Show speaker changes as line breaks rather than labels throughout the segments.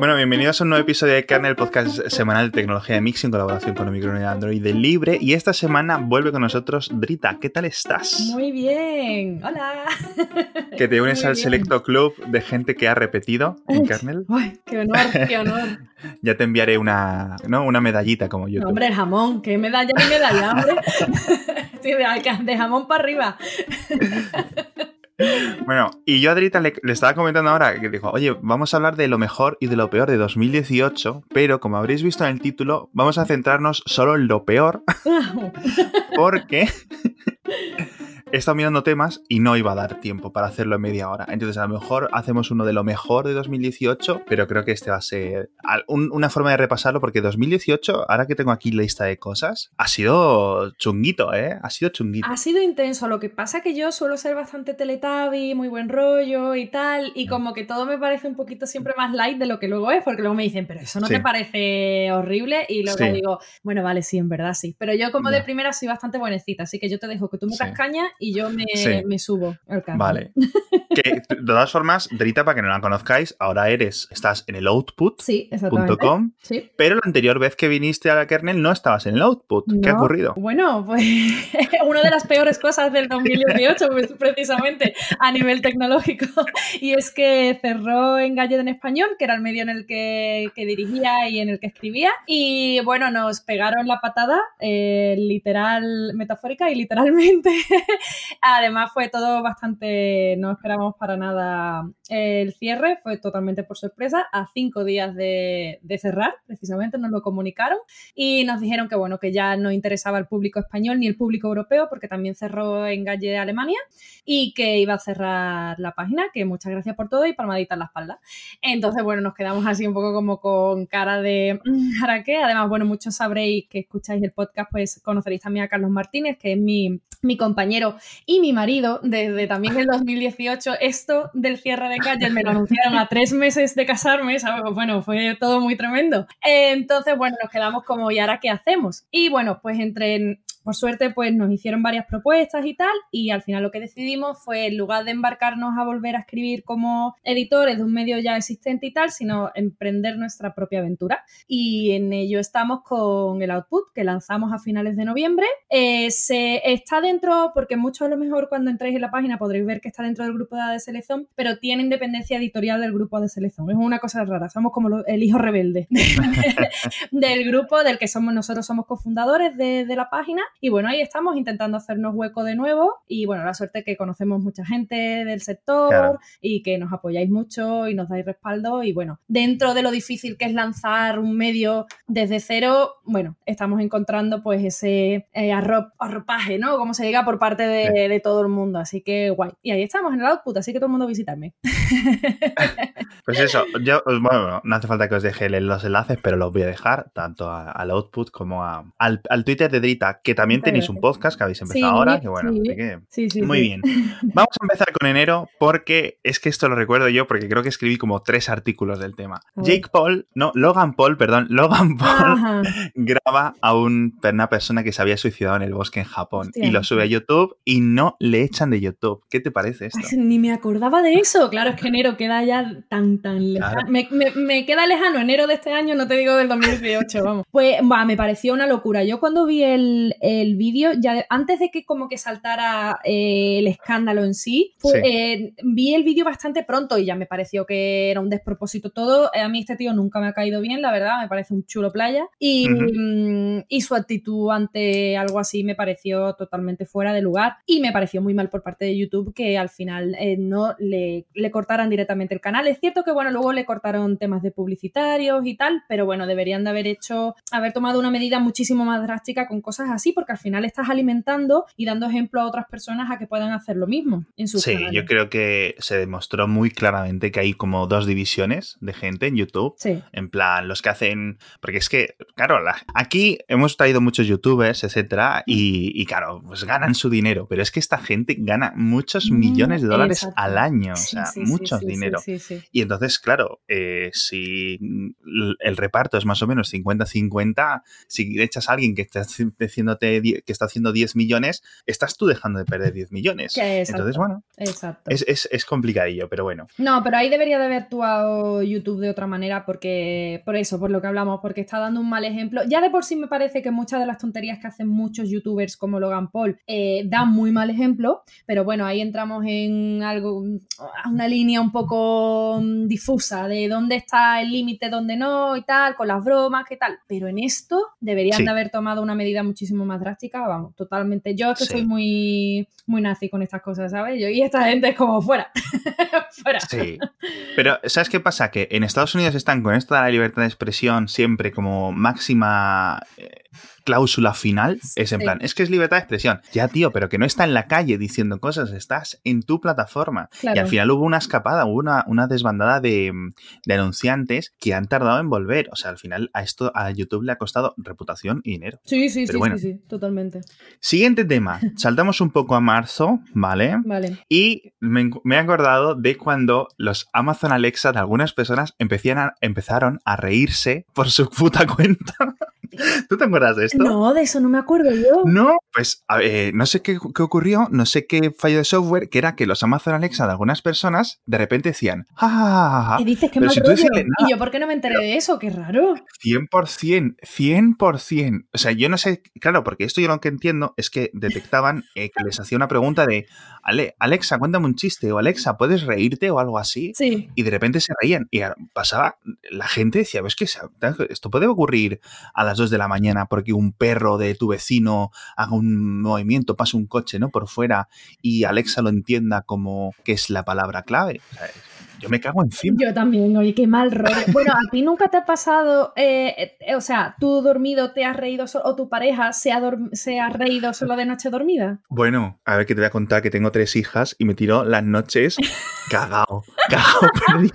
Bueno, bienvenidos a un nuevo episodio de Kernel, podcast semanal de tecnología de Mix en colaboración con Omicron y Android de Libre. Y esta semana vuelve con nosotros Drita. ¿Qué tal estás?
Muy bien, hola.
Que te unes
Muy
al
bien.
selecto club de gente que ha repetido en Kernel.
Uy, qué honor, qué honor.
Ya te enviaré una medallita como YouTube.
No, hombre, el jamón, que medalla ni medalla, hombre. Sí, de jamón para arriba.
Bueno, y yo a Drita le estaba comentando ahora que dijo, oye, vamos a hablar de lo mejor y de lo peor de 2018, pero como habréis visto en el título, vamos a centrarnos solo en lo peor, porque he estado mirando temas y no iba a dar tiempo para hacerlo en media hora. Entonces, a lo mejor hacemos uno de lo mejor de 2018, pero creo que este va a ser una forma de repasarlo, porque 2018, ahora que tengo aquí la lista de cosas, ha sido chunguito, ¿eh? Ha sido chunguito.
Ha sido intenso. Lo que pasa es que yo suelo ser bastante Teletubby, muy buen rollo y tal, y como que todo me parece un poquito siempre más light de lo que luego es, porque luego me dicen, pero eso no te parece horrible, y luego digo, bueno, vale, sí, en verdad sí. Pero yo como de primera soy bastante buenecita, así que yo te dejo que tú metas caña y yo me subo al carro.
Vale. Que, de todas formas, Drita, para que no la conozcáis, ahora estás en el output.com,
sí.
Pero la anterior vez que viniste a la kernel no estabas en el output. ¿Qué ha ocurrido?
Bueno, pues una de las peores cosas del 2018, pues, precisamente, a nivel tecnológico, y es que cerró Engadget en español, que era el medio en el que dirigía y en el que escribía, y bueno, nos pegaron la patada, literal, metafórica y literalmente. Además fue todo bastante, no esperábamos para nada el cierre, fue totalmente por sorpresa, a 5 días de cerrar, precisamente nos lo comunicaron y nos dijeron que bueno, que ya no interesaba el público español ni el público europeo, porque también cerró Engadget Alemania, y que iba a cerrar la página, que muchas gracias por todo y palmadita en la espalda. Entonces, bueno, nos quedamos así un poco como con cara de ¿para qué? Además, bueno, muchos sabréis que escucháis el podcast, pues conoceréis también a Carlos Martínez, que es mi compañero y mi marido desde también el 2018. Esto del cierre de Engadget me lo anunciaron a 3 meses de casarme, ¿sabes? Bueno, fue todo muy tremendo. Entonces, bueno, nos quedamos como, ¿y ahora qué hacemos? Y bueno, pues por suerte, pues nos hicieron varias propuestas y tal, y al final lo que decidimos fue, en lugar de embarcarnos a volver a escribir como editores de un medio ya existente y tal, sino emprender nuestra propia aventura. Y en ello estamos con el Output, que lanzamos a finales de noviembre. Se está dentro, porque mucho a lo mejor cuando entréis en la página podréis ver que está dentro del grupo de AD Selección, pero tiene independencia editorial del grupo de Selección. Es una cosa rara, somos como el hijo rebelde del grupo del que nosotros somos cofundadores de la página. Y bueno, ahí estamos intentando hacernos hueco de nuevo, y bueno, la suerte es que conocemos mucha gente del sector, claro, y que nos apoyáis mucho y nos dais respaldo, y bueno, dentro de lo difícil que es lanzar un medio desde cero, bueno, estamos encontrando pues ese arropaje, ¿no? Como se diga, por parte de todo el mundo, así que guay. Y ahí estamos en el Output, así que todo el mundo visitarme.
Pues eso, bueno, no hace falta que os deje los enlaces, pero los voy a dejar tanto al Output como al Twitter de Drita, que también tenéis un podcast que habéis empezado ahora, que bueno, así que muy bien. Vamos a empezar con enero, porque es que esto lo recuerdo yo, porque creo que escribí como 3 artículos del tema. Logan Paul graba a una persona que se había suicidado en el bosque en Japón. Hostia, y lo sube a YouTube y no le echan de YouTube. ¿Qué te parece esto?
Pues ni me acordaba de eso. Claro, es que enero queda ya tan lejano.
Claro.
Me queda lejano enero de este año, no te digo del 2018, vamos. Pues me pareció una locura. Yo cuando vi el vídeo, ya antes de que como que saltara el escándalo en sí, vi el vídeo bastante pronto y ya me pareció que era un despropósito todo. A mí este tío nunca me ha caído bien, la verdad, me parece un chulo playa, y su actitud ante algo así me pareció totalmente fuera de lugar, y me pareció muy mal por parte de YouTube que al final no le cortaran directamente el canal. Es cierto que bueno, luego le cortaron temas de publicitarios y tal, pero bueno, deberían de haber tomado una medida muchísimo más drástica con cosas así, porque al final estás alimentando y dando ejemplo a otras personas a que puedan hacer lo mismo en sus canales.
Sí, yo creo que se demostró muy claramente que hay como 2 divisiones de gente en YouTube.
Sí.
En plan, los que hacen... Porque es que, claro, aquí hemos traído muchos youtubers, etcétera, y claro, pues ganan su dinero, pero es que esta gente gana muchos millones de dólares al año, o sea, muchos dinero.
Sí.
Y entonces, claro, si el reparto es más o menos 50-50, si le echas a alguien que está haciendo 10 millones, estás tú dejando de perder 10 millones. Entonces, bueno, es complicadillo, pero bueno.
No, pero ahí debería de haber actuado YouTube de otra manera porque, por lo que hablamos, porque está dando un mal ejemplo. Ya de por sí me parece que muchas de las tonterías que hacen muchos youtubers como Logan Paul dan muy mal ejemplo, pero bueno, ahí entramos en una línea un poco difusa de dónde está el límite, dónde no y tal, con las bromas, qué tal. Pero en esto deberían de haber tomado una medida muchísimo más drástica, vamos, totalmente. Yo es que soy muy, muy nazi con estas cosas, ¿sabes? Y esta gente es como fuera. Fuera.
Sí, pero ¿sabes qué pasa? Que en Estados Unidos están con esto de la libertad de expresión siempre como máxima cláusula final, es en plan, es que es libertad de expresión. Ya, tío, pero que no está en la calle diciendo cosas, estás en tu plataforma. Claro. Y al final hubo una escapada, hubo una desbandada de anunciantes que han tardado en volver. O sea, al final a YouTube le ha costado reputación y dinero.
Sí, totalmente.
Siguiente tema. Saltamos un poco a marzo, ¿vale?
Vale.
Y me he acordado de cuando los Amazon Alexa de algunas personas empezaron a reírse por su puta cuenta. ¿Tú te acuerdas de esto?
No, de eso no me acuerdo yo.
No, pues no sé qué ocurrió, no sé qué fallo de software, que era que los Amazon Alexa de algunas personas de repente decían ¡ja, ja, ja, ja!
¿Qué dices? ¡Qué mal rollo! ¿Y yo por qué no me enteré de eso? ¡Qué raro!
100%. O sea, yo no sé, claro, porque esto yo lo que entiendo es que detectaban que les hacía una pregunta de Alexa, cuéntame un chiste, o Alexa, ¿puedes reírte? O algo así.
Sí.
Y de repente se reían. Y pasaba, la gente decía, ¿ves que esto puede ocurrir a las 2 de la mañana porque un perro de tu vecino haga un movimiento, pasa un coche, ¿no? Por fuera y Alexa lo entienda como que es la palabra clave? O sea, yo me cago encima.
Yo también, oye, qué mal rollo. Bueno, ¿a ti nunca te ha pasado, o sea, tú dormido te has reído o tu pareja se ha reído solo de noche dormida?
Bueno, a ver que te voy a contar que tengo 3 hijas y me tiro las noches cagao perdido.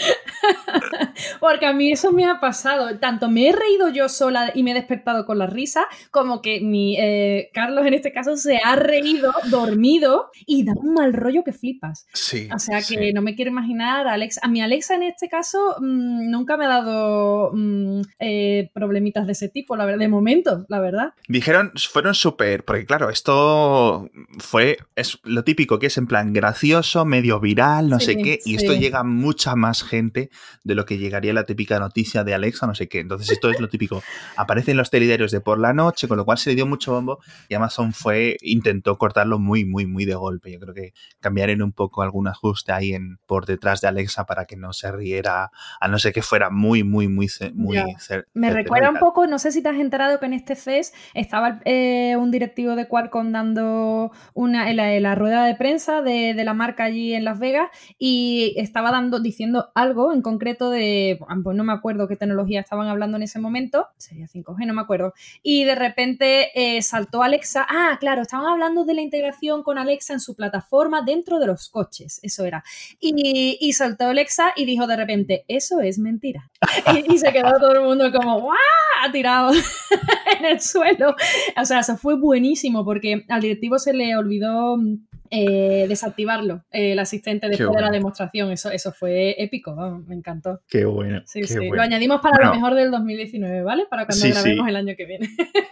Porque a mí eso me ha pasado. Tanto me he reído yo sola y me he despertado con la risa, como que Carlos en este caso se ha reído dormido y da un mal rollo que flipas.
Sí.
O sea que no me quiero imaginar a mi Alexa en este caso nunca me ha dado problemitas de ese tipo, la verdad, de momento, la verdad.
Fueron súper, porque claro, esto es lo típico que es en plan gracioso, medio viral, no sé qué, y esto llega a mucha más gente de lo que llegaría la típica noticia de Alexa, no sé qué. Entonces esto es lo típico. Aparecen los telediarios de por la noche, con lo cual se le dio mucho bombo y Amazon intentó cortarlo muy, muy, muy de golpe. Yo creo que cambiaron un poco algún ajuste ahí por detrás de Alexa para que no se riera, a no ser que fuera muy, muy, muy
me recuerda un poco, no sé si te has enterado que en este CES estaba un directivo de Qualcomm dando la rueda de prensa de la marca allí en Las Vegas y estaba diciendo algo en concreto pues no me acuerdo qué tecnología estaban hablando en ese momento, sería 5G, no me acuerdo, y de repente saltó Alexa, claro, estaban hablando de la integración con Alexa en su plataforma dentro de los coches, eso era, y saltó Alexa y dijo de repente, eso es mentira, y se quedó todo el mundo como, ¡guau!, tirado en el suelo, o sea, eso fue buenísimo porque al directivo se le olvidó desactivarlo, el asistente después de la demostración. Eso fue épico, vamos, me encantó.
Qué bueno.
Sí. Bueno. Lo añadimos para lo mejor del 2019, ¿vale? Para cuando grabemos el año que viene.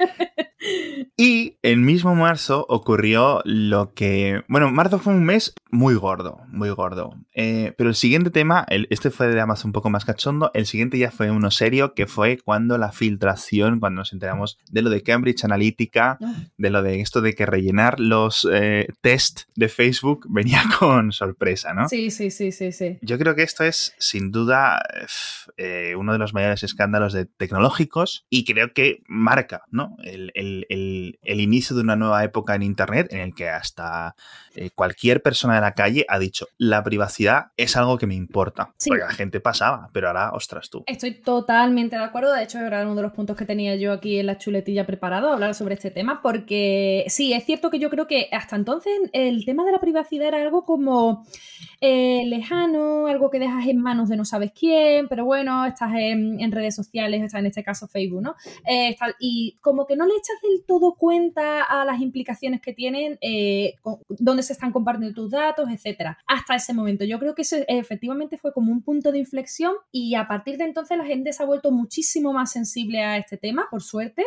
Y en mismo marzo ocurrió lo que... Bueno, marzo fue un mes muy gordo, muy gordo. Pero el siguiente tema, este fue de Amazon un poco más cachondo, el siguiente ya fue uno serio, que fue cuando cuando nos enteramos de lo de Cambridge Analytica, de lo de esto de que rellenar los test de Facebook venía con sorpresa, ¿no?
Sí.
Yo creo que esto es, sin duda, uno de los mayores escándalos tecnológicos y creo que marca, ¿no?, el inicio de una nueva época en Internet en el que hasta cualquier persona de la calle ha dicho, la privacidad es algo que me importa. Sí. Porque la gente pasaba, pero ahora, ostras tú.
Estoy totalmente de acuerdo. De hecho, era uno de los puntos que tenía yo aquí en la chuletilla preparado, hablar sobre este tema, porque sí, es cierto que yo creo que hasta entonces el tema de la privacidad era algo como lejano, algo que dejas en manos de no sabes quién, pero bueno, estás en redes sociales, estás en este caso Facebook, ¿no? Y como que no le echas del todo cuenta a las implicaciones que tienen, dónde se están compartiendo tus datos, etcétera. Hasta ese momento. Yo creo que eso efectivamente fue como un punto de inflexión y a partir de entonces la gente se ha vuelto muchísimo más sensible a este tema, por suerte,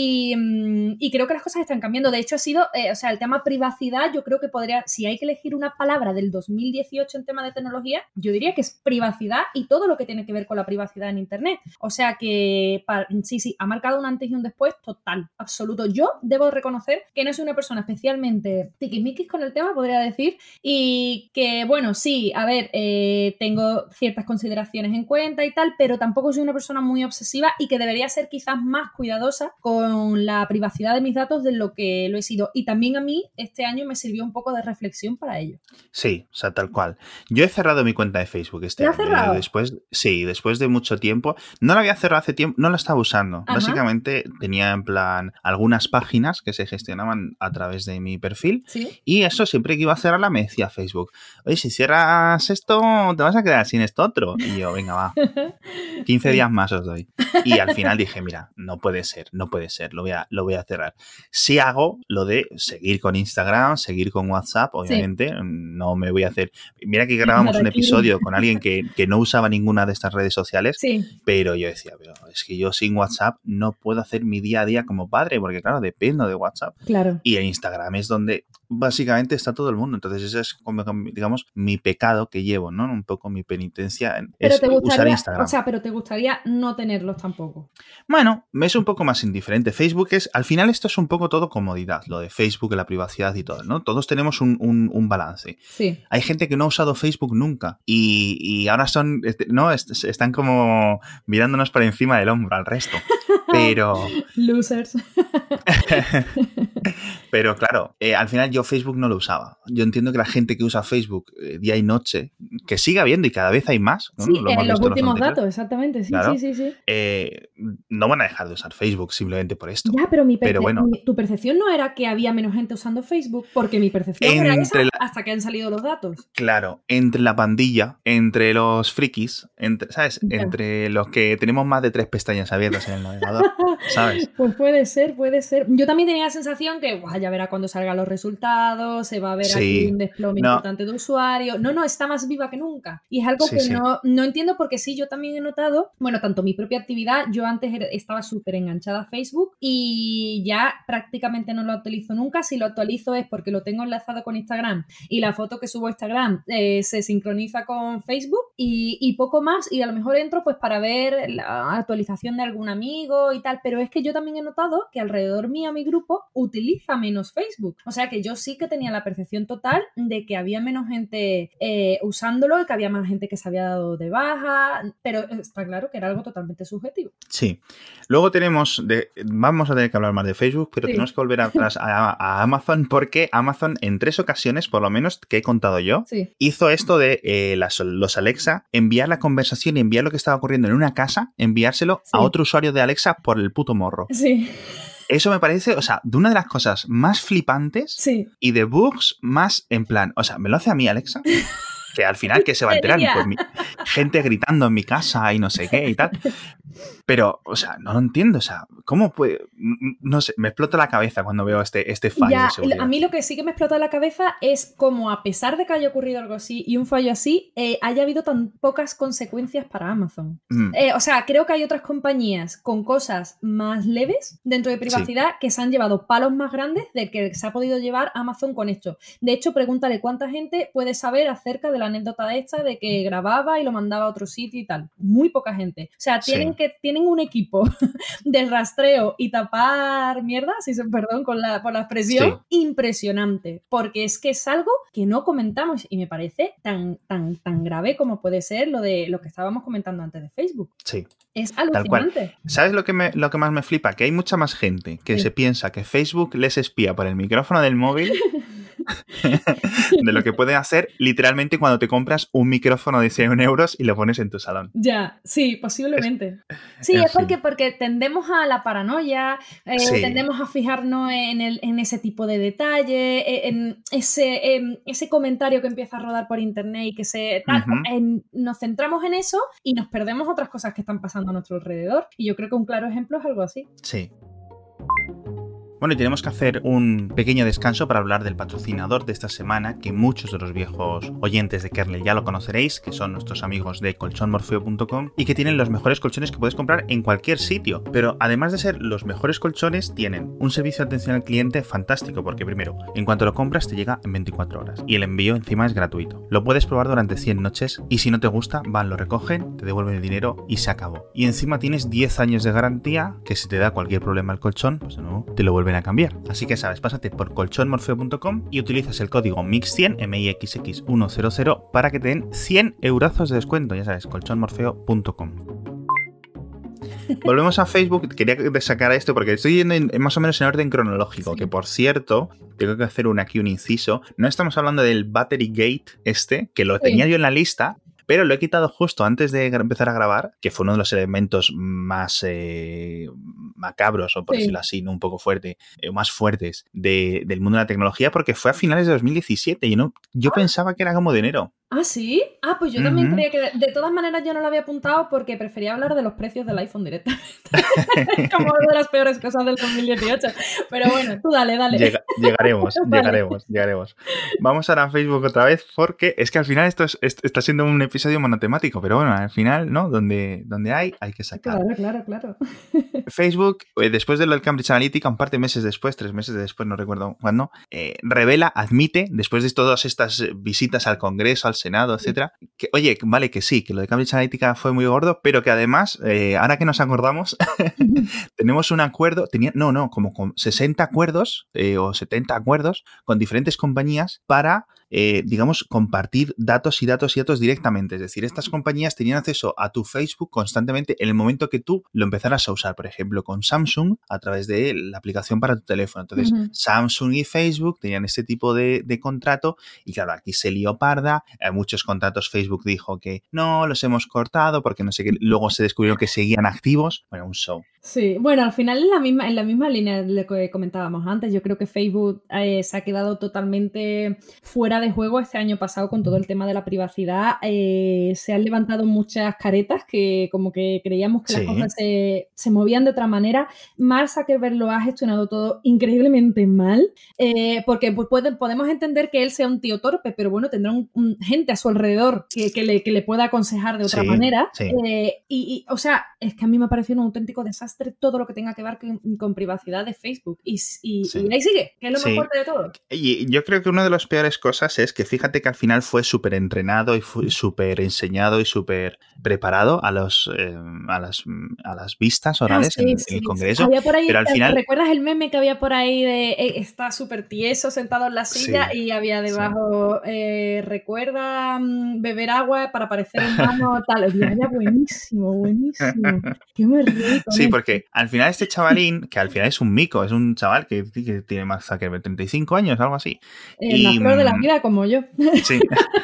y creo que las cosas están cambiando. De hecho, ha sido, el tema privacidad, yo creo que podría, si hay que elegir una palabra del 2018 en tema de tecnología, yo diría que es privacidad y todo lo que tiene que ver con la privacidad en Internet. O sea que, sí, ha marcado un antes y un después total, absoluto. Yo debo reconocer que no soy una persona especialmente tiquismiquis con el tema, podría decir, y que, bueno, sí, a ver, tengo ciertas consideraciones en cuenta y tal, pero tampoco soy una persona muy obsesiva y que debería ser quizás más cuidadosa con la privacidad de mis datos de lo que lo he sido. Y también a mí este año me sirvió un poco de reflexión para ello.
Sí, o sea, tal cual. Yo he cerrado mi cuenta de Facebook este año.
¿La has cerrado?
Después de mucho tiempo. No la había cerrado hace tiempo, no la estaba usando.
Ajá.
Básicamente tenía en plan algunas páginas que se gestionaban a través de mi perfil.
¿Sí?
Y eso, siempre que iba a cerrarla me decía Facebook, oye, si cierras esto, te vas a quedar sin esto otro. Y yo, venga, va. 15 días más os doy. Y al final dije, mira, no puede ser, lo voy a cerrar. Si hago lo de seguir con Instagram, seguir con WhatsApp, obviamente, sí. No me voy a hacer... Mira que grabamos un episodio con alguien que no usaba ninguna de estas redes sociales, sí. Pero yo decía, pero es que yo sin WhatsApp no puedo hacer mi día a día como padre, porque claro, dependo de WhatsApp.
Claro.
Y en Instagram es donde básicamente está todo el mundo. Entonces ese es como, digamos, mi pecado que llevo, ¿no? Un poco mi penitencia es usar Instagram.
O sea, pero te gustaría no tenerlos tampoco.
Bueno, me es un poco más indiferente. Facebook es, al final esto es un poco todo comodidad, lo de Facebook, la privacidad y todo, ¿no? Todos tenemos un balance.
Sí.
Hay gente que no ha usado Facebook nunca y ahora están como mirándonos por encima del hombro al resto. Pero...
Losers.
Pero claro, al final yo Facebook no lo usaba. Yo entiendo que la gente que usa Facebook día y noche, que sigue habiendo y cada vez hay más, ¿no?
Sí, los últimos datos, exactamente. Sí,
claro,
sí.
no van a dejar de usar Facebook simplemente por esto.
Ya, pero tu percepción no era que había menos gente usando Facebook, porque mi percepción era esa hasta que han salido los datos.
Claro, entre la pandilla, entre los frikis, ¿sabes? Yeah. Entre los que tenemos más de 3 pestañas abiertas en el navegador, ¿sabes?
Pues puede ser. Yo también tenía la sensación que, ya verá cuando salgan los resultados, se va a ver aquí un desplome importante de usuarios. No, está más viva que nunca. Y es algo que no entiendo porque sí, yo también he notado, bueno, tanto mi propia actividad, yo antes estaba súper enganchada a Facebook y ya prácticamente no lo utilizo nunca. Si lo actualizo es porque lo tengo enlazado con Instagram y la foto que subo a Instagram se sincroniza con Facebook y poco más, y a lo mejor entro pues para ver la actualización de algún amigo y tal, pero es que yo también he notado que alrededor mío, mi grupo, utiliza menos Facebook. O sea que yo sí que tenía la percepción total de que había menos gente usándolo y que había más gente que se había dado de baja, pero está claro que era algo totalmente subjetivo.
Sí. Luego vamos a tener que hablar más de Facebook, pero tenemos que volver atrás a Amazon, porque Amazon en 3 ocasiones, por lo menos que he contado yo, hizo esto de los Alexa, enviar la conversación y enviar lo que estaba ocurriendo en una casa, enviárselo a otro usuario de Alexa por el puto morro.
Sí.
Eso me parece, de una de las cosas más flipantes y de bugs más en plan, me lo hace a mí Alexa, que al final que se va a enterar, pues gente gritando en mi casa y no sé qué y tal. Pero, no lo entiendo, ¿cómo puede? No sé, me explota la cabeza cuando veo este fallo de seguridad.
A mí lo que sí que me explota la cabeza es cómo, a pesar de que haya ocurrido algo así y un fallo así, haya habido tan pocas consecuencias para Amazon. Creo que hay otras compañías con cosas más leves dentro de privacidad que se han llevado palos más grandes del que se ha podido llevar Amazon con esto. De hecho, pregúntale cuánta gente puede saber acerca de la anécdota esta de que grababa y lo mandaba a otro sitio y tal. Muy poca gente. Tienen un equipo de rastreo y tapar mierda, perdón por la expresión, impresionante, porque es que es algo que no comentamos y me parece tan grave como puede ser lo que estábamos comentando antes de Facebook.
Sí.
Es alucinante.
¿Sabes lo que más me flipa? Que hay mucha más gente que se piensa que Facebook les espía por el micrófono del móvil de lo que puede hacer literalmente cuando te compras un micrófono de 100 euros y lo pones en tu salón.
Ya, sí, posiblemente. Sí, es porque tendemos a la paranoia, tendemos a fijarnos en ese tipo de detalle, en ese comentario que empieza a rodar por internet y que nos centramos en eso y nos perdemos otras cosas que están pasando a nuestro alrededor. Y yo creo que un claro ejemplo es algo así.
Sí. Bueno, y tenemos que hacer un pequeño descanso para hablar del patrocinador de esta semana, que muchos de los viejos oyentes de Kernel ya lo conoceréis, que son nuestros amigos de colchonmorfeo.com y que tienen los mejores colchones que puedes comprar en cualquier sitio. Pero además de ser los mejores colchones, tienen un servicio de atención al cliente fantástico, porque primero, en cuanto lo compras te llega en 24 horas y el envío encima es gratuito. Lo puedes probar durante 100 noches y si no te gusta, van, lo recogen, te devuelven el dinero y se acabó. Y encima tienes 10 años de garantía, que si te da cualquier problema al colchón, pues de nuevo te lo vuelven a cambiar. Así que sabes, pásate por colchonmorfeo.com y utilizas el código MIX100 MIXX100 para que te den 100 eurazos de descuento. Ya sabes, colchonmorfeo.com. Volvemos a Facebook. Quería sacar esto porque estoy yendo más o menos en orden cronológico, que por cierto, tengo que hacer aquí un inciso. No estamos hablando del Battery Gate que lo tenía yo en la lista, pero lo he quitado justo antes de empezar a grabar, que fue uno de los elementos más macabros, o por decirlo así, ¿no? Un poco fuerte, más fuertes del mundo de la tecnología, porque fue a finales de 2017 y yo pensaba que era como de enero.
¿Ah, sí? Ah, pues yo también creía que... De todas maneras yo no lo había apuntado porque prefería hablar de los precios del iPhone directamente. Como una de las peores cosas del 2018. Pero bueno, tú dale.
Llegaremos. Vamos ahora a Facebook otra vez porque es que al final esto está siendo un episodio monotemático, pero bueno, al final, ¿no? Donde hay que sacar.
Claro.
Facebook, después de lo del Cambridge Analytica, un par de meses después, 3 meses después, no recuerdo cuándo, admite, después de todas estas visitas al Congreso, al Senado, etcétera, que oye, vale, que sí, que lo de Cambridge Analytica fue muy gordo, pero que además, ahora que nos acordamos, tenemos un acuerdo, como con 60 acuerdos o 70 acuerdos con diferentes compañías para, digamos, compartir datos y datos directamente. Es decir, estas compañías tenían acceso a tu Facebook constantemente en el momento que tú lo empezaras a usar, por ejemplo, con Samsung a través de la aplicación para tu teléfono. Entonces, Samsung y Facebook tenían este tipo de contrato y claro, aquí se lió parda. Muchos contratos Facebook dijo que no, los hemos cortado porque no sé qué. Luego se descubrió que seguían activos. Bueno, un show.
Sí, bueno, al final en la misma línea de lo que comentábamos antes, yo creo que Facebook se ha quedado totalmente fuera de juego este año pasado con todo el tema de la privacidad. Se han levantado muchas caretas que como que creíamos que las cosas se movían de otra manera. Mark Zuckerberg lo ha gestionado todo increíblemente mal, porque podemos entender que él sea un tío torpe, pero bueno, tendrá gente a su alrededor que le pueda aconsejar de otra manera.
Sí.
O sea, es que a mí me ha parecido un auténtico desastre todo lo que tenga que ver con privacidad de Facebook. Y ahí sigue, que es lo más fuerte de todo.
Y yo creo que una de las peores cosas es que fíjate que al final fue súper entrenado y fue súper enseñado y súper preparado a las vistas orales en el Congreso.
Había por ahí,
pero al final...
¿recuerdas el meme que había por ahí de está súper tieso sentado en la silla y había debajo recuerda beber agua para parecer humano tal? Era buenísimo. Qué me reí con
sí, porque al final este chavalín, que al final es un mico, es un chaval que tiene más que 35 años, algo así.
La flor de la vida como yo.
Sí.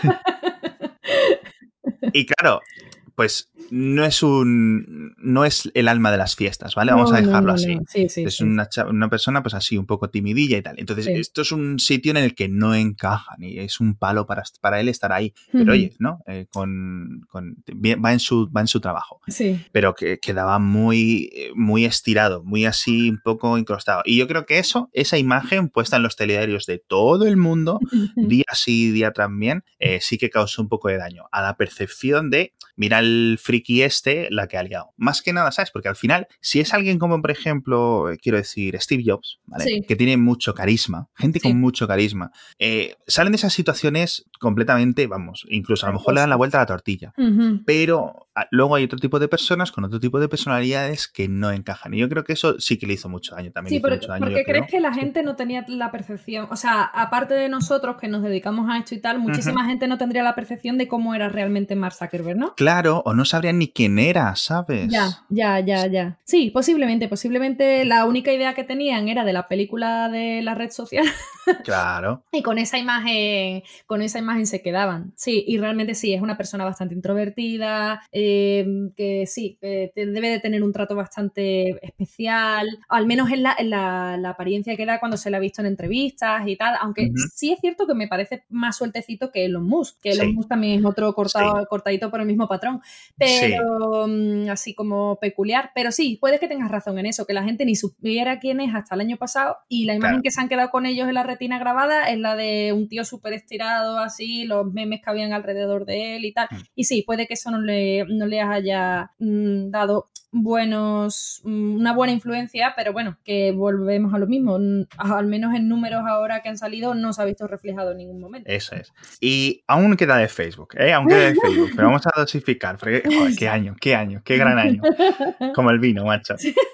Y claro, pues no es el alma de las fiestas, ¿vale? Vamos a dejarlo así.
Sí,
es una persona pues así un poco timidilla y tal. Entonces esto es un sitio en el que no encaja ni es un palo para él estar ahí. Pero oye, ¿no? Va en su trabajo.
Sí.
Pero que quedaba muy estirado, muy así un poco incrustado. Y yo creo que esa imagen puesta en los telediarios de todo el mundo, día sí, día también, sí que causó un poco de daño a la percepción de mira el friki la que ha liado. Más que nada, ¿sabes? Porque al final, si es alguien como, por ejemplo, quiero decir, Steve Jobs, ¿vale? Sí. Que tiene mucho carisma, gente con mucho carisma, salen de esas situaciones completamente, vamos, incluso a lo mejor le dan la vuelta a la tortilla. Pero luego hay otro tipo de personas con otro tipo de personalidades que no encajan. Y yo creo que eso sí que le hizo mucho daño también.
Sí,
Hizo mucho daño,
porque
yo creo.
crees que la gente no tenía la percepción, o sea, aparte de nosotros que nos dedicamos a esto y tal, muchísima gente no tendría la percepción de cómo era realmente Mark Zuckerberg, ¿no?
Claro, o no sabrían ni quién era, ¿sabes?
Ya. Sí, posiblemente la única idea que tenían era de la película de la red social.
Claro.
Y con esa imagen se quedaban. Sí, y realmente sí, es una persona bastante introvertida, que sí, debe de tener un trato bastante especial, al menos en la apariencia que da cuando se la ha visto en entrevistas y tal, aunque sí es cierto que me parece más sueltecito que Elon Musk, que Elon Musk también es otro cortadito por el mismo patrón, pero así como peculiar. Pero sí, puedes que tengas razón en eso, que la gente ni supiera quién es hasta el año pasado y la imagen que se han quedado con ellos en la retina grabada es la de un tío súper estirado así, los memes que habían alrededor de él y tal. Y sí, puede que eso no le haya dado una buena influencia, pero bueno, que volvemos a lo mismo. Al menos en números ahora que han salido no se ha visto reflejado en ningún momento.
Eso es. Y aún queda de Facebook, aún queda de Facebook, pero vamos a dosificar, porque, joder, qué gran año. Como el vino, macho.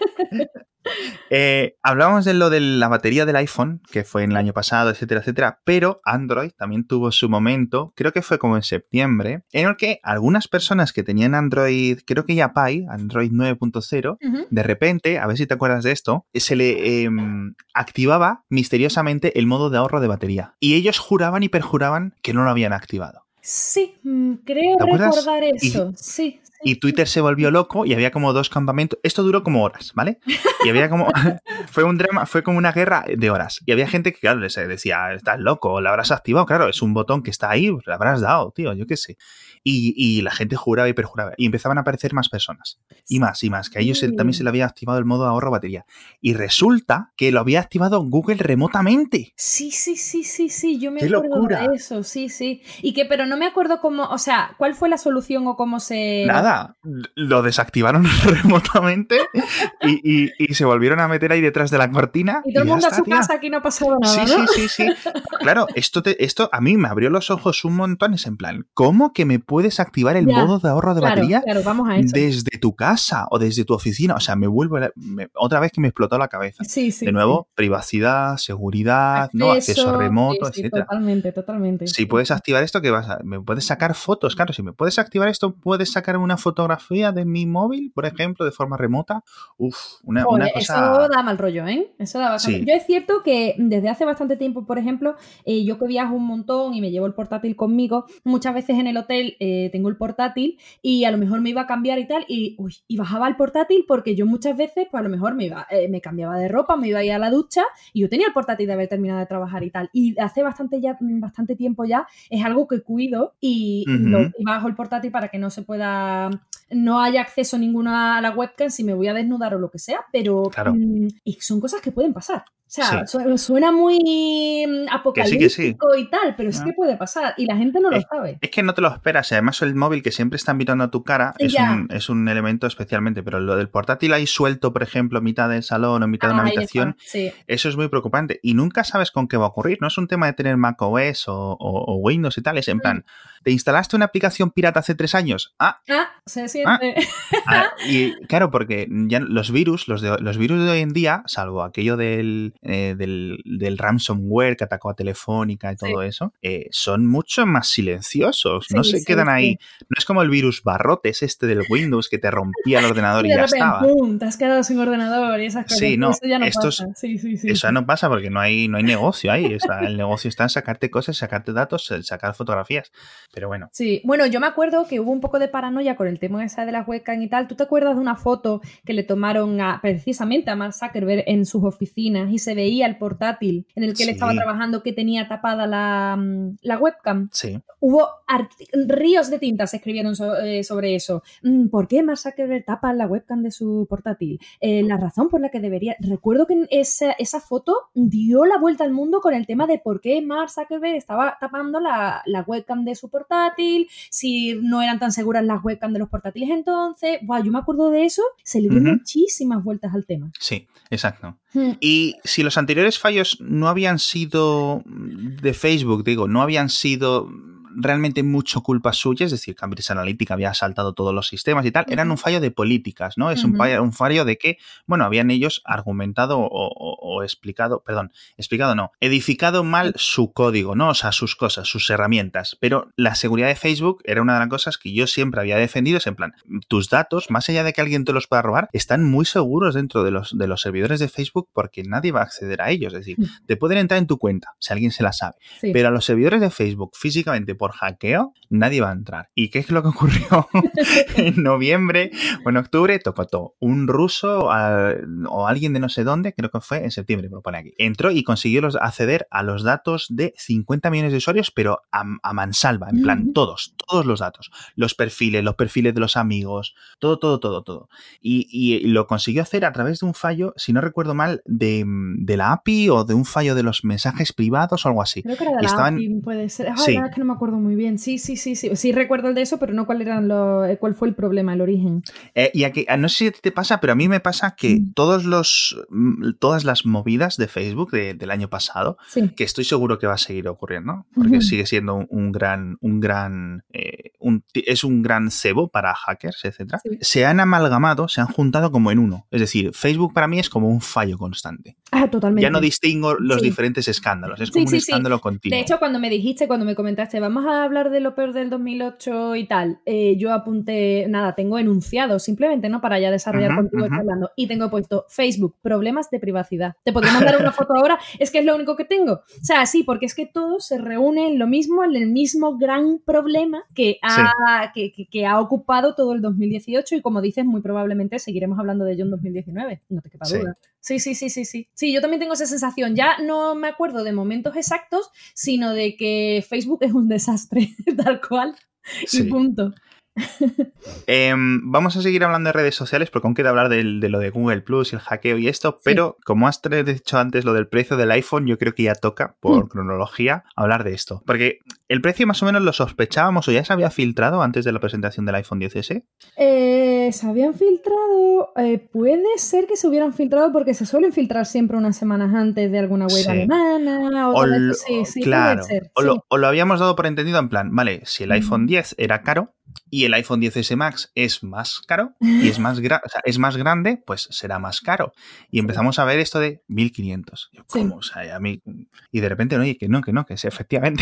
Hablábamos de lo de la batería del iPhone, que fue en el año pasado, etcétera, etcétera, pero Android también tuvo su momento, creo que fue como en septiembre, en el que algunas personas que tenían Android, creo que ya Pie, Android 9.0, de repente, a ver si te acuerdas de esto, se le activaba misteriosamente el modo de ahorro de batería. Y ellos juraban y perjuraban que no lo habían activado.
Sí, creo recordar eso, sí.
Y Twitter se volvió loco y había como 2 campamentos. Esto duró como horas, ¿vale? Y había como... fue un drama, fue como una guerra de horas. Y había gente que, claro, les decía, estás loco, la habrás activado. Claro, es un botón que está ahí, pues la habrás dado, tío, yo qué sé. Y la gente juraba y perjuraba. Y empezaban a aparecer más personas. Y más, que a ellos también se le había activado el modo ahorro batería. Y resulta que lo había activado Google remotamente.
Sí, yo me acuerdo de eso, sí. Pero no me acuerdo cómo, o sea, ¿cuál fue la solución o cómo se...
Nada, lo desactivaron remotamente y se volvieron a meter ahí detrás de la cortina.
Y todo el mundo a su casa, aquí no pasaba nada,
sí,
¿no?
Sí. Claro, esto a mí me abrió los ojos un montón. Es en plan, ¿cómo que me puedes activar el modo de ahorro de batería
vamos a eso.
desde tu casa o desde tu oficina? O sea, otra vez que me explotó la cabeza.
Sí.
De nuevo, privacidad, seguridad, acceso remoto, etcétera.
Totalmente.
Si puedes activar esto, me puedes sacar fotos. Claro, si me puedes activar esto, puedes sacar una fotografía de mi móvil, por ejemplo, de forma remota. Una cosa...
Eso da mal rollo, ¿eh? Eso da bastante. Sí. Yo es cierto que desde hace bastante tiempo, por ejemplo, yo que viajo un montón y me llevo el portátil conmigo, muchas veces en el hotel tengo el portátil y a lo mejor me iba a cambiar y tal, y bajaba el portátil porque yo muchas veces, pues a lo mejor me cambiaba de ropa, me iba a ir a la ducha y yo tenía el portátil de haber terminado de trabajar y tal. Y hace bastante tiempo ya es algo que cuido y bajo el portátil para que no haya acceso ninguna a la webcam si me voy a desnudar o lo que sea, pero
claro.
Y son cosas que pueden pasar. O sea, suena muy apocalíptico y tal, pero es que puede pasar y la gente no lo sabe.
Es que no te lo esperas. Y además el móvil que siempre está mirando a tu cara es un elemento especialmente, pero lo del portátil ahí suelto, por ejemplo, mitad del salón o mitad de una habitación, eso es muy preocupante y nunca sabes con qué va a ocurrir. No es un tema de tener macOS o Windows y tal, es en plan, ¿te instalaste una aplicación pirata hace 3 años?
Se siente.
Y claro, porque ya los virus de hoy en día, salvo aquello del ransomware que atacó a Telefónica y todo eso, son mucho más silenciosos. No se quedan ahí. No es como el virus barrotes del Windows que te rompía el ordenador y ya estaba.
¡Pum! Te has quedado sin ordenador y esas cosas.
Sí, no.
Eso ya no pasa.
Eso ya no pasa porque no hay negocio ahí. El negocio está en sacarte cosas, sacarte datos, sacar fotografías. Pero bueno.
Sí, bueno, yo me acuerdo que hubo un poco de paranoia con el tema esa de las webcam y tal. ¿Tú te acuerdas de una foto que le tomaron precisamente a Mark Zuckerberg en sus oficinas y se veía el portátil en el que él estaba trabajando que tenía tapada la webcam?
Sí.
Hubo ríos de tinta se escribieron sobre eso. ¿Por qué Mark Zuckerberg tapa la webcam de su portátil? La razón por la que debería... Recuerdo que esa foto dio la vuelta al mundo con el tema de por qué Mark Zuckerberg estaba tapando la webcam de su portátil, si no eran tan seguras las webcams de los portátiles entonces. Yo me acuerdo de eso. Se le dio muchísimas vueltas al tema.
Sí, exacto. Y si los anteriores fallos no habían sido de Facebook, no habían sido realmente mucho culpa suya, es decir, Cambridge Analytica había saltado todos los sistemas y tal, eran un fallo de políticas, ¿no? Es un fallo de que, bueno, habían ellos argumentado o edificado mal su código, ¿no? O sea, sus cosas, sus herramientas. Pero la seguridad de Facebook era una de las cosas que yo siempre había defendido, es en plan, tus datos, más allá de que alguien te los pueda robar, están muy seguros dentro de los servidores de Facebook porque nadie va a acceder a ellos. Es decir, te pueden entrar en tu cuenta, si alguien se la sabe. Sí. Pero a los servidores de Facebook, físicamente por hackeo, nadie va a entrar. ¿Y qué es lo que ocurrió? En noviembre o en octubre tocó todo. Un ruso o alguien de no sé dónde, creo que fue en septiembre, me lo pone aquí, entró y consiguió acceder a los datos de 50 millones de usuarios, pero a mansalva, en plan, todos los datos, los perfiles de los amigos, todo. Y lo consiguió hacer a través de un fallo, si no recuerdo mal, de la API o de un fallo de los mensajes privados o algo así.
Creo que era de la API, puede ser.
Sí.
Es que no me acuerdo muy bien. Sí. Sí recuerdo el de eso, pero no cuál fue el problema, el origen.
Y aquí, no sé si te pasa, pero a mí me pasa que todas las movidas de Facebook del año pasado, que estoy seguro que va a seguir ocurriendo, ¿no? Porque sigue siendo es un gran cebo para hackers, etcétera. Sí. Se han amalgamado, se han juntado como en uno. Es decir, Facebook para mí es como un fallo constante.
Totalmente.
Ya no distingo los diferentes escándalos, es como un escándalo continuo.
De hecho, cuando me comentaste, vamos a hablar de lo peor del 2008 y tal, yo apunté, tengo enunciado, simplemente, ¿no? Para ya desarrollar contigo hablando. Y tengo puesto Facebook, problemas de privacidad. Te podría mandar una foto ahora, es que es lo único que tengo. O sea, sí, porque es que todo se reúne en lo mismo, en el mismo gran problema que ha ocupado todo el 2018 y, como dices, muy probablemente seguiremos hablando de ello en 2019. No te quepa duda. Sí. Sí, yo también tengo esa sensación. Ya no me acuerdo de momentos exactos, sino de que Facebook es un desastre, tal cual, y punto.
Vamos a seguir hablando de redes sociales porque aún queda hablar de lo de Google Plus y el hackeo y esto, pero como has dicho antes lo del precio del iPhone, yo creo que ya toca, por cronología, hablar de esto. Porque el precio más o menos lo sospechábamos o ya se había filtrado antes de la presentación del iPhone XS.
Se habían filtrado, puede ser que se hubieran filtrado porque se suelen filtrar siempre unas semanas antes de alguna web alemana
claro,
puede ser,
o lo habíamos dado por entendido en plan, vale, si el iPhone 10 era caro y el iPhone XS Max es más caro y es más grande, pues será más caro. Y empezamos a ver esto de 1.500. ¿Cómo? O sea, a mí... Y de repente, oye, que es efectivamente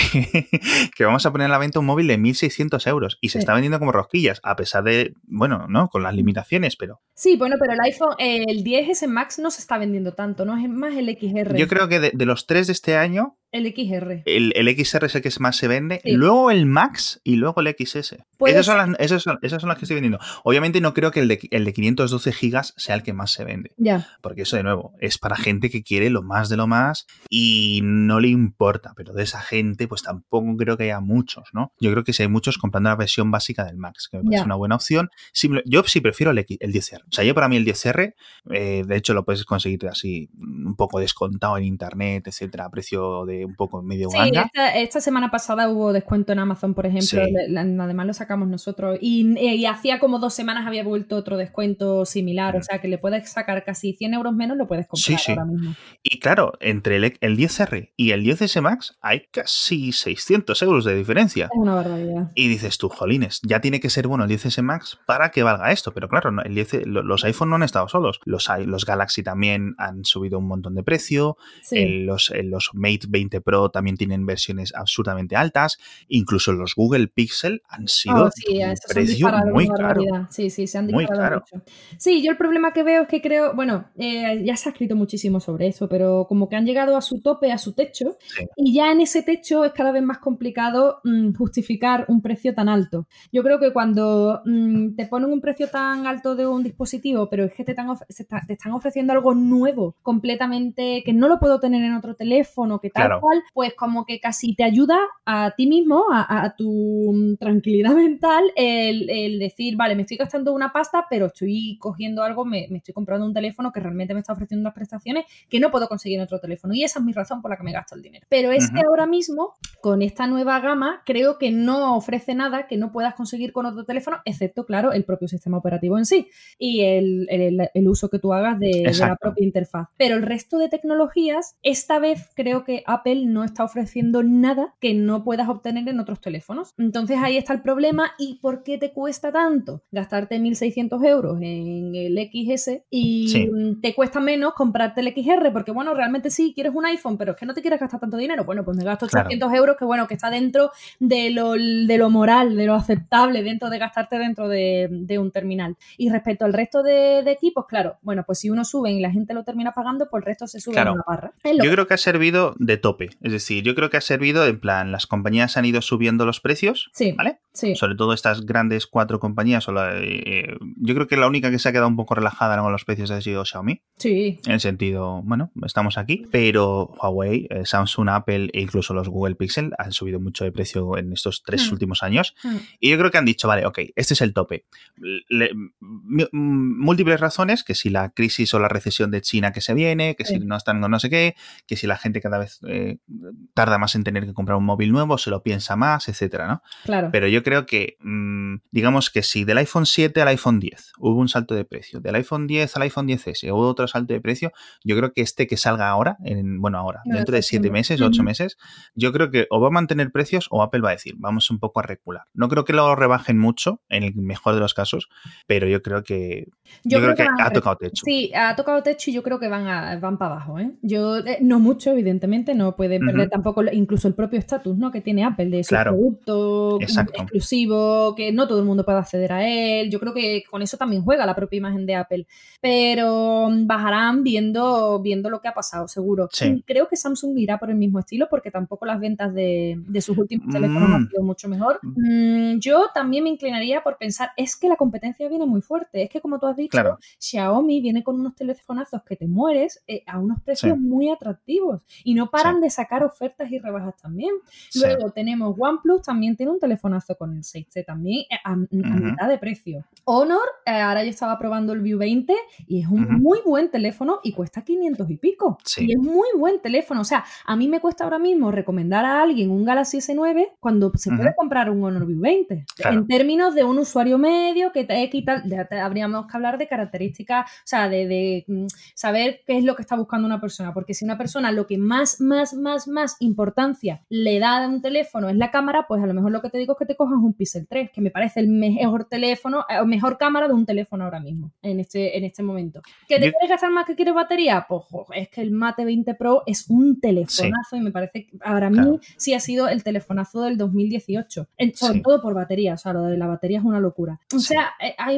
que vamos a poner a la venta un móvil de 1.600 euros y se está vendiendo como rosquillas, a pesar de, bueno, ¿no? Con las limitaciones, pero...
Sí, bueno, pero el iPhone, el 10S Max no se está vendiendo tanto, ¿no? Es más el XR.
Yo creo que de los 3 de este año...
El XR.
El XR es el que más se vende, luego el Max y luego el XS. Esas son las que estoy vendiendo. Obviamente no creo que el de 512 gigas sea el que más se vende.
Ya.
Porque eso, de nuevo, es para gente que quiere lo más de lo más y no le importa. Pero de esa gente, pues tampoco creo que haya muchos, ¿no? Yo creo que si hay muchos comprando la versión básica del Max, que me parece una buena opción. Yo sí prefiero el 10R. O sea, yo para mí el 10R, de hecho lo puedes conseguir así un poco descontado en internet, etcétera, a precio de un poco medio ganga.
Esta semana pasada hubo descuento en Amazon, por ejemplo. Además lo sacamos nosotros. Y hacía como 2 semanas había vuelto otro descuento similar. O sea, que le puedes sacar casi 100 euros menos, lo puedes comprar ahora mismo.
Y claro, entre el 10R y el 10S Max hay casi 600 euros de diferencia.
Es una barbaridad.
Y dices tú, jolines, ya tiene que ser bueno el 10S Max para que valga esto. Pero claro, los iPhone no han estado solos. Los Galaxy también han subido un montón de precio. Los Mate 20 Pro también tienen versiones absurdamente altas. Incluso los Google Pixel han sido un precio muy caro.
Sí, se han disparado mucho. Sí, yo el problema que veo es que creo, bueno, ya se ha escrito muchísimo sobre eso, pero como que han llegado a su tope, a su techo, y ya en ese techo es cada vez más complicado justificar un precio tan alto. Yo creo que cuando te ponen un precio tan alto de un dispositivo, pero es que te están ofreciendo algo nuevo, completamente, que no lo puedo tener en otro teléfono, que tal cual, pues como que casi te ayuda a ti mismo, a tu tranquilidad mental, el decir, vale, me estoy gastando una pasta, pero estoy cogiendo algo, me estoy comprando un teléfono que realmente me está ofreciendo unas prestaciones que no puedo conseguir en otro teléfono. Y esa es mi razón por la que me gasto el dinero. Pero es que ahora mismo, con esta nueva gama, creo que no ofrece nada que no puedas conseguir con otro teléfono, excepto, claro, el propio sistema operativo en sí y el uso que tú hagas de la propia interfaz. Pero el resto de tecnologías, esta vez creo que Apple Apple no está ofreciendo nada que no puedas obtener en otros teléfonos. Entonces ahí está el problema. ¿Y por qué te cuesta tanto gastarte 1.600 euros en el XS y te cuesta menos comprarte el XR? Porque bueno, realmente sí, quieres un iPhone, pero es que no te quieres gastar tanto dinero. Bueno, pues me gasto 800 euros, que bueno, que está dentro de lo moral, de lo aceptable, dentro de gastarte dentro de un terminal. Y respecto al resto de equipos, claro, bueno, pues si uno sube y la gente lo termina pagando, pues el resto se sube en una barra.
Yo creo que ha servido de tope. Es decir, yo creo que ha servido en plan, las compañías han ido subiendo los precios, ¿vale?
Sí.
Sobre todo estas grandes 4 compañías. Yo creo que la única que se ha quedado un poco relajada con los precios ha sido Xiaomi.
Sí.
En el sentido, bueno, estamos aquí, pero Huawei, Samsung, Apple e incluso los Google Pixel han subido mucho de precio en estos 3 últimos años. Y yo creo que han dicho, vale, ok, este es el tope. Múltiples razones, que si la crisis o la recesión de China que se viene, que si no están con no sé qué, que si la gente cada vez tarda más en tener que comprar un móvil nuevo, se lo piensa más, etcétera, ¿no?
Claro.
Pero yo creo que, digamos que si del iPhone 7 al iPhone 10 hubo un salto de precio, del iPhone 10 al iPhone 10S hubo otro salto de precio, yo creo que que salga ahora, dentro de 7 meses, 8 meses, yo creo que o va a mantener precios o Apple va a decir, vamos un poco a recular. No creo que lo rebajen mucho, en el mejor de los casos, pero yo creo que ha tocado techo.
Sí, ha tocado techo y yo creo que van para abajo, ¿eh? No mucho, evidentemente, no pueden perder tampoco incluso el propio estatus, ¿no?, que tiene Apple de su producto exclusivo, que no todo el mundo puede acceder a él. Yo creo que con eso también juega la propia imagen de Apple. Pero bajarán viendo lo que ha pasado, seguro.
Sí.
Y creo que Samsung irá por el mismo estilo porque tampoco las ventas de sus últimos teléfonos han sido mucho mejor. Yo también me inclinaría por pensar, es que la competencia viene muy fuerte. Es que, como tú has dicho, Xiaomi viene con unos telefonazos que te mueres a unos precios muy atractivos y no paran de sacar ofertas y rebajas también. Luego tenemos OnePlus, también tiene un telefonazo con el 6T también a mitad de precio. Honor, ahora yo estaba probando el View 20 y es un muy buen teléfono y cuesta 500 y pico. Y es muy buen teléfono. O sea, a mí me cuesta ahora mismo recomendar a alguien un Galaxy S9 cuando se puede comprar un Honor View 20. Claro. En términos de un usuario medio que te quita, habríamos que hablar de características, o sea, de saber qué es lo que está buscando una persona. Porque si una persona lo que más importancia le da a un teléfono es la cámara, pues a lo mejor lo que te digo es que te cojas un Pixel 3, que me parece el mejor teléfono, mejor cámara de un teléfono ahora mismo, en este momento. ¿Que te quieres gastar más que quieres batería? Pues es que el Mate 20 Pro es un telefonazo y me parece que para mí sí ha sido el telefonazo del 2018, sobre todo por batería. O sea, lo de la batería es una locura. O sea, hay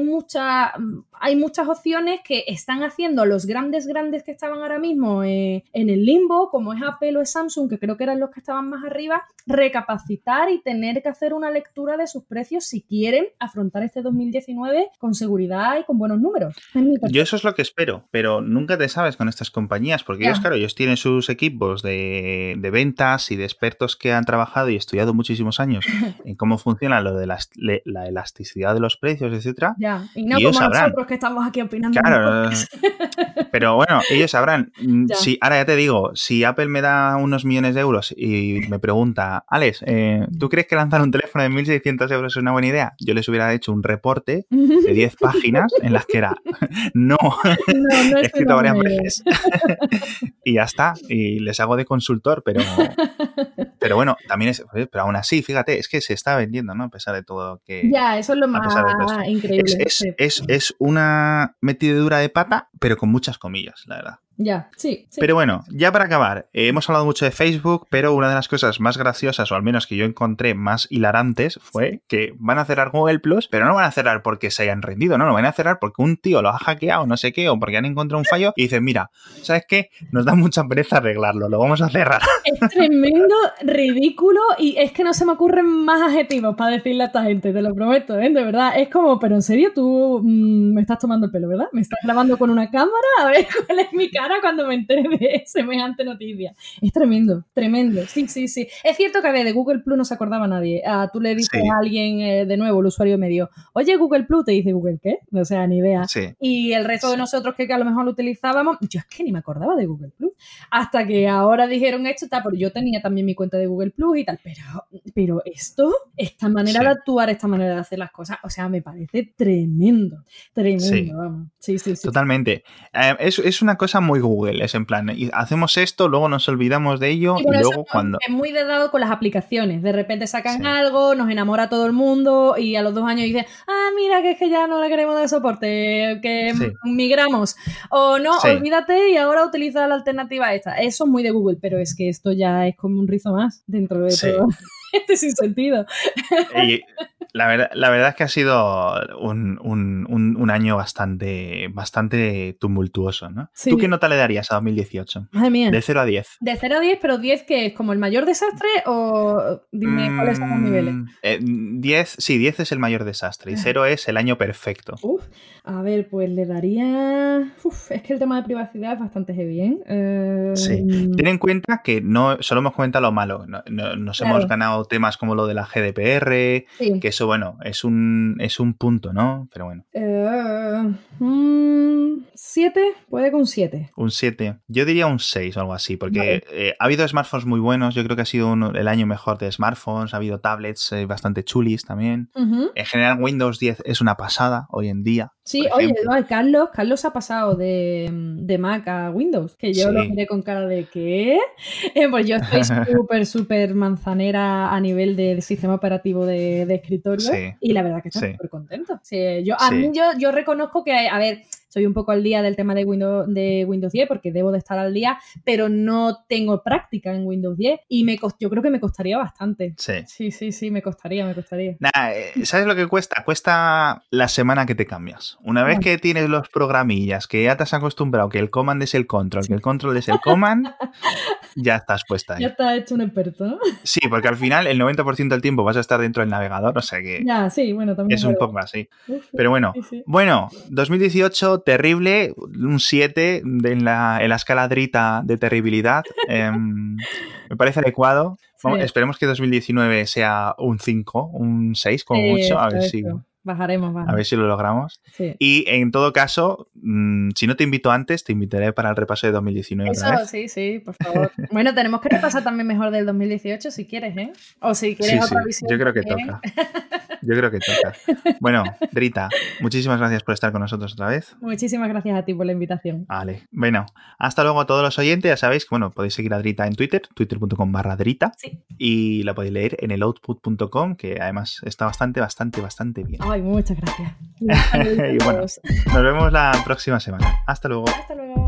muchas opciones que están haciendo los grandes que estaban ahora mismo en el limbo, como es Apple o es Samsung, que creo que eran los que estaban más arriba, recapacitar y tener que hacer una lectura de sus precios si quieren afrontar este 2019 con seguridad y con buenos números.
Yo eso es lo que espero, pero nunca te sabes con estas compañías, porque ellos tienen sus equipos de ventas y de expertos que han trabajado y estudiado muchísimos años en cómo funciona lo de la elasticidad de los precios, etcétera.
Y no como nosotros que estamos aquí opinando.
Claro, pero bueno, ellos sabrán. Ahora ya te digo, si Apple me da unos millones de euros y me pregunta, Alex, ¿tú crees que lanzar un teléfono de 1.600 euros es una buena idea? Yo les hubiera hecho un reporte de 10 páginas en las que era no he escrito varias veces y ya está, y les hago de consultor, pero bueno, también pero aún así, fíjate, es que se está vendiendo, ¿no? A pesar de todo, que
eso es lo más increíble.
Es una metidura de pata, pero con muchas comillas, la verdad.
Sí.
Pero bueno, ya para acabar, hemos hablado mucho de Facebook, pero una de las cosas más graciosas, o al menos que yo encontré más hilarantes, fue que van a cerrar Google Plus, pero no van a cerrar porque se hayan rendido, no, lo van a cerrar porque un tío lo ha hackeado, no sé qué, o porque han encontrado un fallo y dicen, mira, ¿sabes qué? Nos da mucha pereza arreglarlo, lo vamos a cerrar.
Es tremendo, ridículo, y es que no se me ocurren más adjetivos para decirle a esta gente, te lo prometo, de verdad, es como, pero en serio, tú me estás tomando el pelo, ¿verdad? Me estás grabando con una cámara, a ver cuál es mi cara cuando me enteré de semejante noticia. Es tremendo. Sí. Es cierto que de Google Plus no se acordaba nadie. Tú le dices a alguien, de nuevo, el usuario medio, oye, Google Plus, te dice Google, ¿qué? O sea, ni idea. Y el resto de nosotros que a lo mejor lo utilizábamos, yo es que ni me acordaba de Google Plus. Hasta que ahora dijeron esto, porque yo tenía también mi cuenta de Google Plus y tal, pero esta manera de actuar, esta manera de hacer las cosas, o sea, me parece tremendo, vamos. Sí.
Totalmente. Es una cosa muy muy Google, es en plan, hacemos esto, luego nos olvidamos de ello y luego cuando...
Es muy de dado con las aplicaciones. De repente sacan algo, nos enamora a todo el mundo y a los 2 años dicen, mira, que es que ya no le queremos dar soporte, que migramos. O no, olvídate y ahora utiliza la alternativa esta. Eso es muy de Google, pero es que esto ya es como un rizo más dentro de todo. Este sin sentido.
Y la verdad es que ha sido un año bastante tumultuoso, ¿no?
Sí.
¿Tú qué nota le darías a 2018?
Madre mía.
De 0 a 10.
De 0 a 10, pero 10 que es como el mayor desastre o dime cuáles son los niveles.
10 es el mayor desastre y 0 es el año perfecto.
A ver, pues le daría... es que el tema de privacidad es bastante heavy, ¿eh?
Sí. Ten en cuenta que no solo hemos comentado lo malo. Nos hemos ganado temas como lo de la GDPR, que eso, bueno, es un punto, ¿no? Pero bueno.
7, puede con 7.
Un 7. Yo diría un 6 o algo así, porque ha habido smartphones muy buenos. Yo creo que ha sido el año mejor de smartphones. Ha habido tablets bastante chulis también. En general, Windows 10 es una pasada hoy en día.
Sí, oye, Carlos ha pasado de Mac a Windows, que yo lo miré con cara de ¿qué? Pues yo estoy súper manzanera a nivel de sistema operativo de escritorio y la verdad que estoy súper contento. Yo reconozco que, a ver, soy un poco al día del tema de Windows 10 porque debo de estar al día, pero no tengo práctica en Windows 10 y yo creo que me costaría bastante. Sí, me costaría.
Nah, ¿sabes lo que cuesta? Cuesta la semana que te cambias. Una vez que tienes los programillas, que ya te has acostumbrado, que el command es el control, que el control es el command, ya estás puesta ahí.
Ya estás hecho un experto, ¿no?
Sí, porque al final el 90% del tiempo vas a estar dentro del navegador, o sea que...
Ya, sí, bueno, también...
Es un poco así. Pero bueno, 2018, terrible, un 7 en la escala Drita de terribilidad. Me parece adecuado. Esperemos que 2019 sea un 5, un 6 como mucho, a ver si...
Bajaremos.
A ver si lo logramos.
Sí.
Y en todo caso, si no te invito antes, te invitaré para el repaso de 2019.
Eso, otra vez. Sí, por favor. Bueno, tenemos que repasar también mejor del 2018 si quieres, ¿eh? O si quieres otra visión.
Yo creo que toca. Bueno, Drita, muchísimas gracias por estar con nosotros otra vez.
Muchísimas gracias a ti por la invitación.
Vale. Bueno, hasta luego a todos los oyentes. Ya sabéis que podéis seguir a Drita en Twitter, twitter.com/Drita.
Sí.
Y la podéis leer en eloutput.com, que además está bastante bien.
Ay, muchas gracias.
Y bueno, nos vemos la próxima semana. Hasta luego.
Hasta luego.